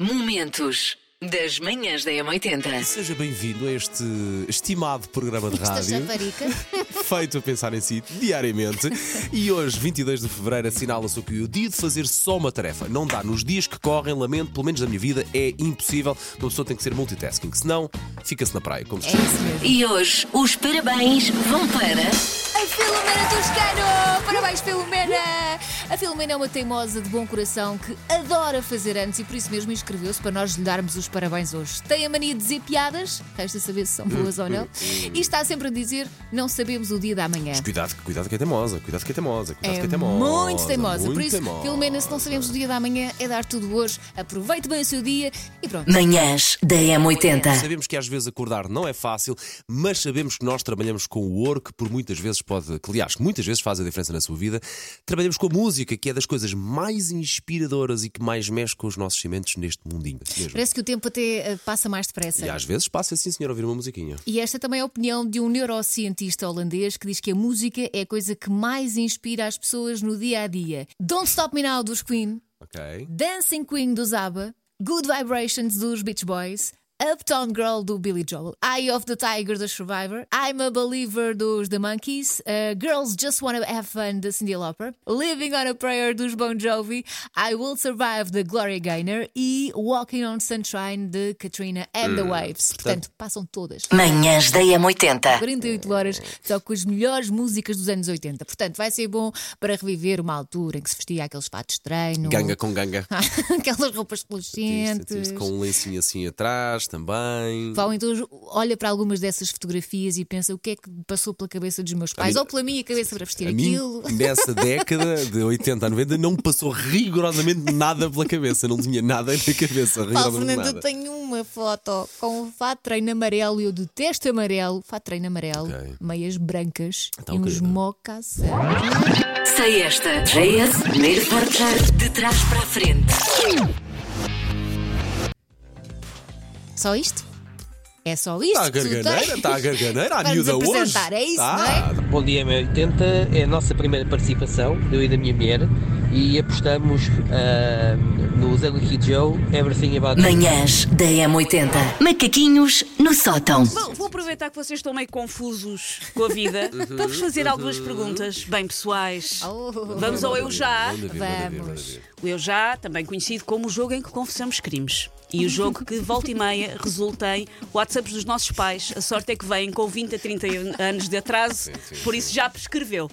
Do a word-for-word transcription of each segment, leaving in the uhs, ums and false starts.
Momentos das manhãs da M oitenta. Seja bem-vindo a este estimado programa de Esta rádio chaparica. feito a pensar em si diariamente. E hoje, vinte e dois de fevereiro, assinala-se o que o dia de fazer só uma tarefa. Não dá. Nos dias que correm, lamento, pelo menos na minha vida, é impossível. Uma pessoa tem que ser multitasking, senão fica-se na praia, como se É diz. isso mesmo. E hoje os parabéns vão para... A Filomena Toscano! Parabéns, Filomena! A Filomena é uma teimosa de bom coração que adora fazer anos e por isso mesmo inscreveu-se para nós lhe darmos os parabéns hoje. Tem a mania de dizer piadas, resta saber se são boas ou não, e está sempre a dizer: não sabemos o dia da manhã. Mas cuidado, cuidado que é teimosa, cuidado que é teimosa, cuidado que é É teimosa. muito teimosa. muito Por isso, teimosa. Filomena, se não sabemos o dia da manhã, é dar tudo hoje. Aproveite bem o seu dia e pronto. Manhãs da M oitenta. Sabemos que às vezes acordar não é fácil, mas sabemos que nós trabalhamos com o ouro, que por muitas vezes pode, que aliás, que muitas vezes faz a diferença na sua vida. Trabalhamos com a música, que é das coisas mais inspiradoras e que mais mexe com os nossos cimentos neste mundinho. Mesmo. Parece que o tempo até uh, passa mais depressa. E às vezes passa assim, senhor, a ouvir uma musiquinha. E esta também é a opinião de um neurocientista holandês que diz que a música é a coisa que mais inspira as pessoas no dia a dia. Don't Stop Me Now dos Queen, Ok. Dancing Queen dos ABBA, Good Vibrations dos Beach Boys, Uptown Girl do Billy Joel, Eye of the Tiger do Survivor, I'm a Believer dos The Monkees, uh, Girls Just Wanna Have Fun da Cyndi Lauper, Living on a Prayer dos Bon Jovi, I Will Survive da Gloria Gaynor e Walking on Sunshine de Katrina and the Waves. Portanto, passam todas. Manhãs da M oitenta. quarenta e oito horas só com as melhores músicas dos anos oitenta. Portanto, vai ser bom para reviver uma altura em que se vestia aqueles fatos de treino, Ganga com ganga. aquelas roupas Sentiste, reluxentes. com um lencinho assim atrás também. Val, então olha para algumas dessas fotografias e pensa o que é que passou pela cabeça dos meus pais, mim- ou pela minha cabeça para vestir A mim, aquilo. nessa década de oitenta a noventa, não me passou rigorosamente nada pela cabeça. Não tinha nada na cabeça. Paulo Rigorosamente Fernando, eu nada. tenho uma foto com um fato de treino amarelo e eu detesto amarelo. Fato de treino amarelo, Ok. meias brancas Então, e uns querida. mocassins. Sei esta. J S, primeiro portar de trás para a frente. Só isto? É só isto? Está a que tu garganeira, tens? está a garganeira, a Para nos miúda hoje. apresentar, é isso, Tá. não é? Bom dia, M oitenta, é a nossa primeira participação, eu e da minha mulher, e apostamos ah, no Zé Lucky Joe, Everything About You. Manhãs da M oitenta. Macaquinhos no sótão. Bom, vou aproveitar que vocês estão meio confusos com a vida para vos fazer algumas perguntas bem pessoais. Oh. Vamos ao Eu Já. Manda vir, manda vir, manda Vamos. vir. O Eu Já, também conhecido como o jogo em que confessamos crimes. E o jogo que, volta e meia, resulta em WhatsApps dos nossos pais. A sorte é que vêm com vinte a trinta anos de atraso, por isso já prescreveu.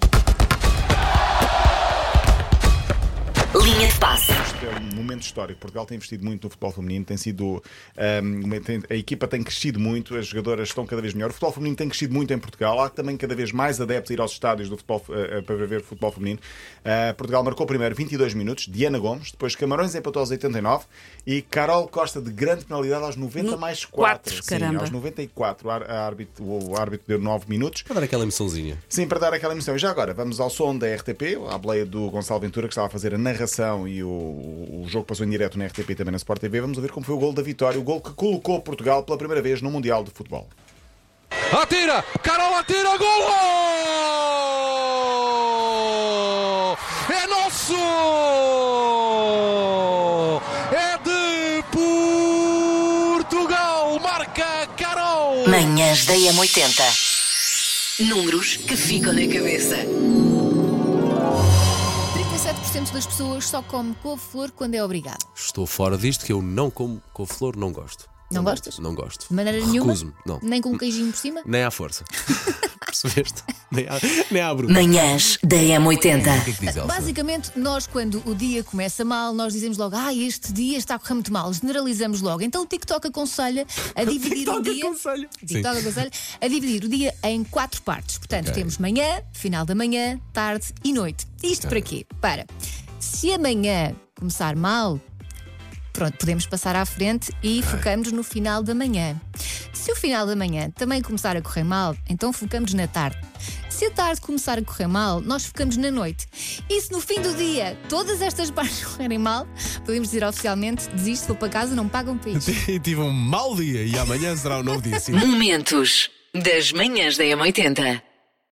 Linha de passe. É um momento histórico. Portugal tem investido muito no futebol feminino, tem sido um, uma- tem- a equipa tem crescido muito, as jogadoras estão cada vez melhor. O futebol feminino tem crescido muito em Portugal. Há também cada vez mais adeptos a ir aos estádios do futebol, uh, para ver futebol feminino. Uh, Portugal marcou primeiro vinte e dois minutos, Diana Gomes, depois Camarões empatou aos oitenta e nove e Carol Costa de grande penalidade aos noventa No- mais quatro. quatro, Sim, caramba. aos noventa e quatro. A- a árbitro- o árbitro deu nove minutos. Para dar aquela emoçãozinha. Sim, para dar aquela emoção. E já agora, vamos ao som da R T P, à boleia do Gonçalo Ventura, que estava a fazer a narração e o, o jogo passou em direto na R T P e também na Sport T V. Vamos ver como foi o gol da vitória, o gol que colocou Portugal pela primeira vez no Mundial de Futebol. Atira! Carol atira! Golo! É nosso! É de Portugal! Marca Carol! Manhãs da M oitenta. Números que ficam na cabeça. trinta e sete por cento das pessoas só come couve-flor quando é obrigado. Estou fora disto, que eu não como couve-flor, não gosto. Não gostas? Não gosto. De maneira nenhuma? Recuso-me, não. Nem com um queijinho por cima? Nem à força. Percebeste? Nem à, nem à bruta. Manhãs da M oitenta. O que é que diz Elsa? Basicamente, nós quando o dia começa mal, nós dizemos logo: ah, este dia está a correr muito mal. Generalizamos logo. Então o TikTok aconselha a dividir o TikTok dia. aconselha. TikTok aconselha a dividir o dia em quatro partes. Portanto, Ok. temos manhã, final da manhã, tarde e noite. Isto para quê? Para, se amanhã começar mal, pronto, podemos passar à frente e focamos no final da manhã. Se o final da manhã também começar a correr mal, então focamos na tarde. Se a tarde começar a correr mal, nós focamos na noite. E se no fim do dia todas estas partes correrem mal, podemos dizer oficialmente: desisto, vou para casa, não pagam para isto. Tive um mau dia e amanhã será um novo dia. Sim. Momentos das manhãs da M oitenta.